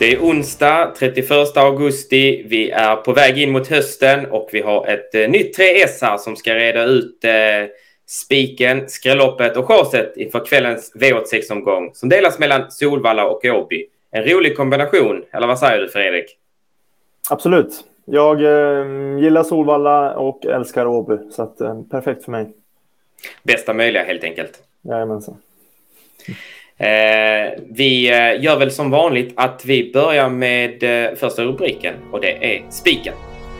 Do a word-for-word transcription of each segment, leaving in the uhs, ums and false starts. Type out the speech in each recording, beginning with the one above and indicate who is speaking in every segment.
Speaker 1: Det är onsdag trettioförsta augusti. Vi är på väg in mot hösten och vi har ett eh, nytt tre S här som ska reda ut eh, spiken, skrälloppet och chaset inför kvällens V åttiosex-omgång som delas mellan Solvalla och Åby. En rolig kombination, eller vad säger du Fredrik?
Speaker 2: Absolut. Jag eh, gillar Solvalla och älskar Åby, så att, eh, perfekt för mig.
Speaker 1: Bästa möjliga helt enkelt.
Speaker 2: Jajamensan.
Speaker 1: Eh, vi eh, gör väl som vanligt att vi börjar med eh, första rubriken och det är spiken.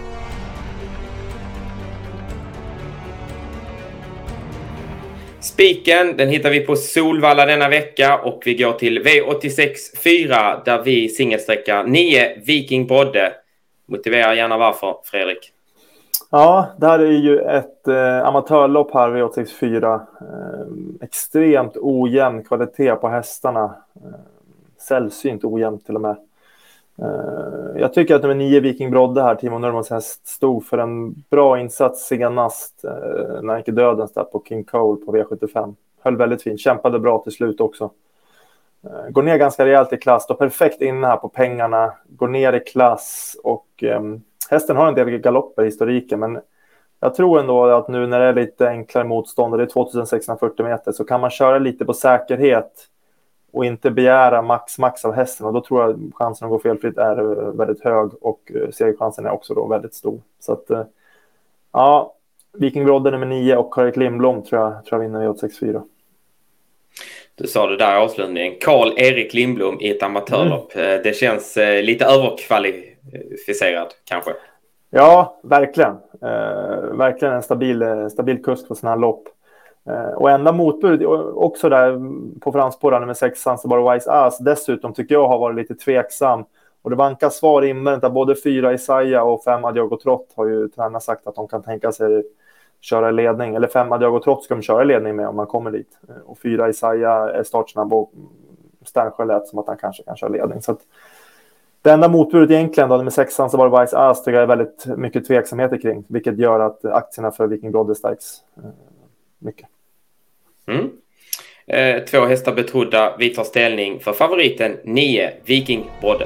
Speaker 1: Spiken, den hittar vi på Solvalla denna vecka och vi går till V åttiosex fyra där vi singelsträckar nio Viking Brodde. Motivera gärna varför, Fredrik.
Speaker 2: Ja, det här är ju ett eh, amatörlopp här, V åttiosex fyra. Eh, extremt ojämn kvalitet på hästarna. Eh, sällsynt ojämn till och med. Eh, jag tycker att nummer nio Viking Brodde här, Timo Nurmos häst, stod för en bra insats senast eh, när han gick i dödens där på King Cole på V sjuttiofem. Höll väldigt fint, kämpade bra till slut också. Eh, går ner ganska rejält i klass, då perfekt inne här på pengarna. Går ner i klass och... Eh, hästen har en del galopper i historiken, men jag tror ändå att nu när det är lite enklare motstånd och det är tvåtusensexhundrafyrtio meter så kan man köra lite på säkerhet och inte begära max max av hästen, och då tror jag chansen att gå felfritt är väldigt hög och segerchansen är också då väldigt stor. Så att ja, Viking Brodde nummer nio och Karl-Erik Lindblom tror jag, tror jag vinner i åttiosex fyra.
Speaker 1: Du sa det där i avslutningen. Karl-Erik Lindblom i ett amatörlopp. Mm. Det känns lite överkvalificerad kanske.
Speaker 2: Ja, verkligen. Eh, verkligen en stabil, stabil kusk på sådana här lopp. Eh, och enda motbud också där på framspåren med sex Zanzibar Wise Ass. Dessutom tycker jag har varit lite tveksam. Och det vankar svar invänta. Både fyra Isaiah och fem Adiago Trott har ju tränarna sagt att de kan tänka sig köra i ledning. Eller fem Adiago Trott ska de köra i ledning med om man kommer dit. Och fyra Isaiah är startsnabb och Sternsjö lät som att han kanske kan köra ledning. Så att det enda motbudet egentligen då, med sexan så var det Wise Ass, tycker jag är väldigt mycket tveksamheter kring. Vilket gör att aktierna för Viking Brodde stärks eh, mycket.
Speaker 1: Mm. Eh, två hästar betrodda. Vi tar ställning för favoriten nio Viking Brodde.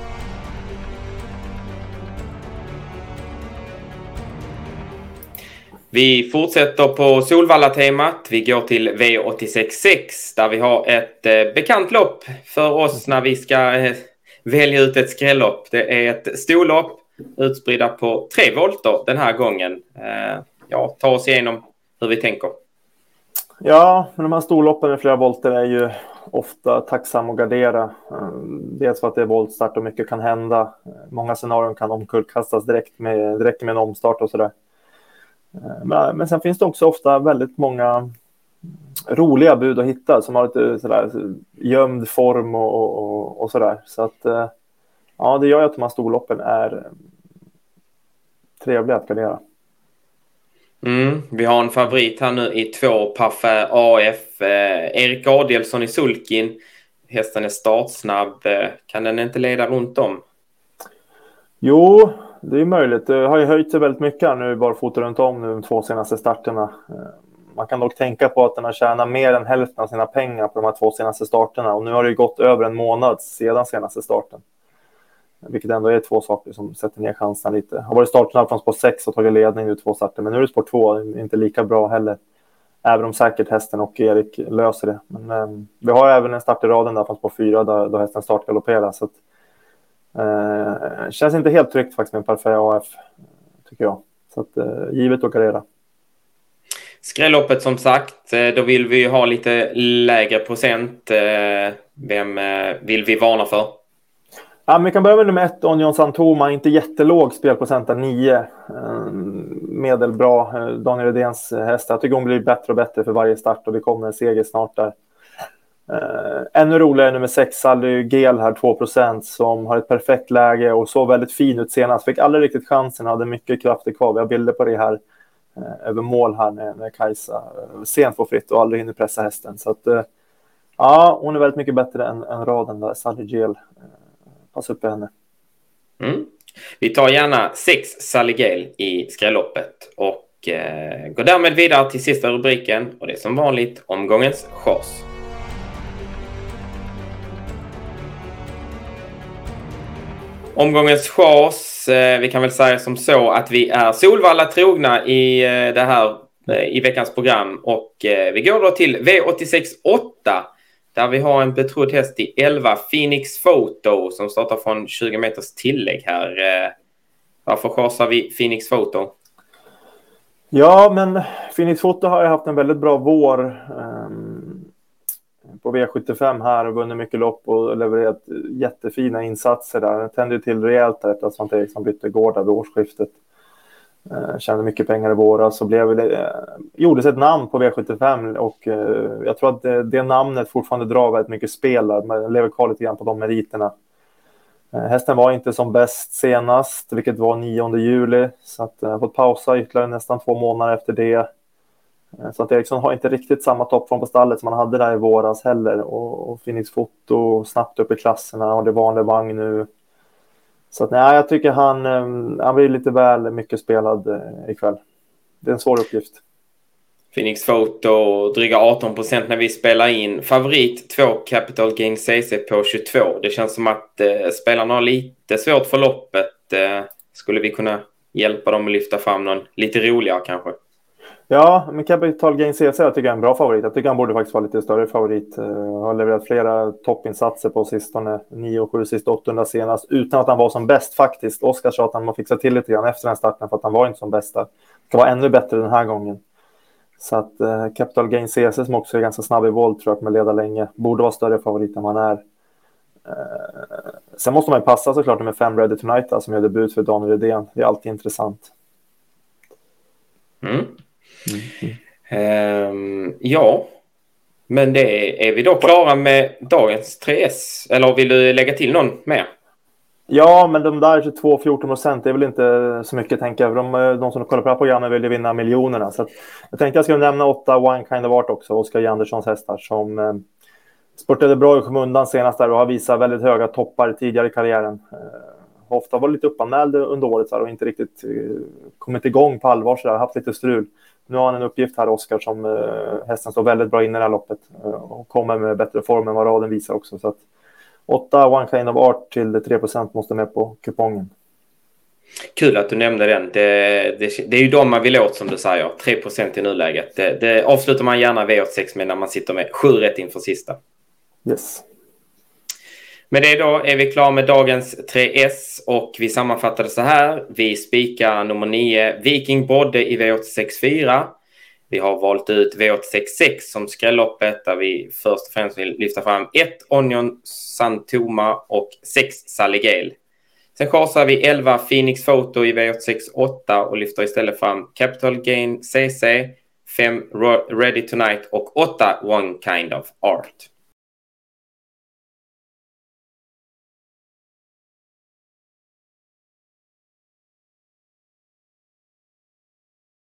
Speaker 1: Vi fortsätter på Solvalla-temat. Vi går till V åttiosex sex där vi har ett eh, bekant lopp för oss när vi ska eh, välja ut ett skrällopp. Det är ett storlopp utspridda på tre volter den här gången. Eh, ja, ta oss igenom hur vi tänker.
Speaker 2: Ja, men de här storloppen med flera volter är ju ofta tacksam att gardera. Dels för att det är voltstart och mycket kan hända. Många scenarion kan omkullkastas direkt med, direkt med en omstart och sådär. Men, men sen finns det också ofta väldigt många roliga bud att hitta som har lite sådär gömd form och, och, och sådär. Så att ja, det gör ju att de här storloppen är trevliga att gardera.
Speaker 1: Mm, vi har en favorit här nu i två Paffe A F. Eh, Erik Adelsson i sulkin. Hästen är startsnabb. Eh, kan den inte leda runt om?
Speaker 2: Jo, det är möjligt. Det har ju höjt sig väldigt mycket här nu bara fotar runt om nu de två senaste starterna. Man kan dock tänka på att den har tjänat mer än hälften av sina pengar på de här två senaste starterna. Och nu har det ju gått över en månad sedan senaste starten. Vilket ändå är två saker som sätter ner chansen lite. Har varit starten från spår sex och tagit ledning i två starter. Men nu är det spår två, inte lika bra heller. Även om säkert hästen och Erik löser det. Men eh, vi har även en start i raden där från spår fyra där, där hästen startgalopperar. Så att Eh, känns inte helt tryggt faktiskt med Parfait A F, tycker jag. Så att eh, givet att gardera.
Speaker 1: Skrälloppet som sagt, då vill vi ha lite lägre procent. Vem vill vi varna för?
Speaker 2: Ja, men vi kan börja med nummer ett, Onion Santoma. Inte jättelåg spelprocent där, nio. Eh, medelbra. Daniel Redéns häst. Jag tycker hon blir bättre och bättre för varje start och det kommer en seger snart där. Uh, ännu roligare nummer sex, Sally Gel här, två procent, som har ett perfekt läge och så väldigt fin ut senast. Fick aldrig riktigt chansen, hade mycket krafter kvar. Vi har bilder på det här uh, över mål här när, när Kajsa uh, sent får fritt och aldrig hinner pressa hästen. Så att, uh, ja, hon är väldigt mycket bättre än, än raden där, Sally Gel. Uh, pass upp på henne.
Speaker 1: Mm. Vi tar gärna sex Sally Gel i skrälloppet och uh, går därmed vidare till sista rubriken och det är som vanligt omgångens chans. Omgångens chans, eh, vi kan väl säga som så att vi är Solvalla trogna i eh, det här eh, i veckans program och eh, vi går då till V åttiosex åtta där vi har en betrodd häst i elva Phoenix Photo som startar från tjugo meters tillägg här. Eh, varför chansar vi Phoenix Photo?
Speaker 2: Ja, men Phoenix Photo har ju haft en väldigt bra vår um, på V sjuttiofem här och vunnit mycket lopp och levererat jättefina insatser där. Den tände ju till rejält där efter att Svante Eriksson bytte gård vid årsskiftet. Uh, tjänade mycket pengar i våras och blev, uh, gjordes ett namn på V sjuttiofem och uh, jag tror att det, det namnet fortfarande drar väldigt mycket spel där. Man lever kvar lite grann på de meriterna. Hästen var inte som bäst senast, vilket var nionde juli. Så att jag har fått pausa ytterligare nästan två månader efter det. Så att Eriksson har inte riktigt samma toppform på stallet som man hade där i våras heller. Och, och Phoenix Photo snabbt upp i klasserna och det är vanlig vagn nu. Så att nej, jag tycker han, han blir lite väl mycket spelad ikväll. Det är en svår uppgift.
Speaker 1: Phoenix Photo dryga arton procent när vi spelar in. Favorit två Capital Gain C C på tjugotvå. Det känns som att eh, spelarna har lite svårt för loppet. Eh, skulle vi kunna hjälpa dem att lyfta fram någon lite roligare kanske?
Speaker 2: Ja, men Capital Gain C C jag tycker jag är en bra favorit. Jag tycker han borde faktiskt vara lite större favorit. Jag har levererat flera toppinsatser på sistone. nio och sju sist åttahundra senast. Utan att han var som bäst faktiskt. Oskar sa att han må fixa till lite grann efter den starten för att han var inte som bästa. Det ska vara ännu bättre den här gången. Så att eh, Capital Gain C C som också är ganska snabb i våld tror jag med leda länge. Borde vara större favorit än man är. Eh, sen måste man ju passa såklart med fem Ready Tonight då, som gör debut för Daniel Redén. Det är alltid intressant.
Speaker 1: Mm. Mm. Um, ja, men det är vi då klara med dagens tre S. Eller vill du lägga till någon mer?
Speaker 2: Ja, men de där tjugotvå fjorton procent är väl inte så mycket tänker jag. De, de som kollar på det här programmet vill ju vinna miljonerna. Så att jag tänkte jag skulle nämna åtta One Kind of Art också. Oskar J. Anderssons hästar som eh, spurtade bra i skymundan senast där och har visat väldigt höga toppar tidigare i karriären. Eh, ofta var lite uppanmäld under året så här, och inte riktigt eh, kommit igång på allvar så där, haft lite strul. Nu har han en uppgift här, Oskar, som eh, hästen står väldigt bra inne i det här loppet eh, och kommer med bättre form än vad raden visar också. Så att åtta One Kind of Art till tre procent måste med på kupongen.
Speaker 1: Kul att du nämnde den. Det, det, det är ju de man vill åt som du säger. tre procent i nuläget. Det, det avslutar man gärna V åttiosex med när man sitter med sju rätt inför sista.
Speaker 2: Yes.
Speaker 1: Med det då är vi klara med dagens tre S och vi sammanfattade så här. Vi spikar nummer nio Viking Brodde i V åttiosex fyra. Vi har valt ut V åttiosex sex som skrälloppet där vi först och främst vill lyfta fram ett Onion Santoma och sex Saligale. Sen chansar vi elva Phoenix Photo i V åttiosex åtta och lyfter istället fram Capital Gain C C, fem Ready Tonight och åtta One Kind of Art.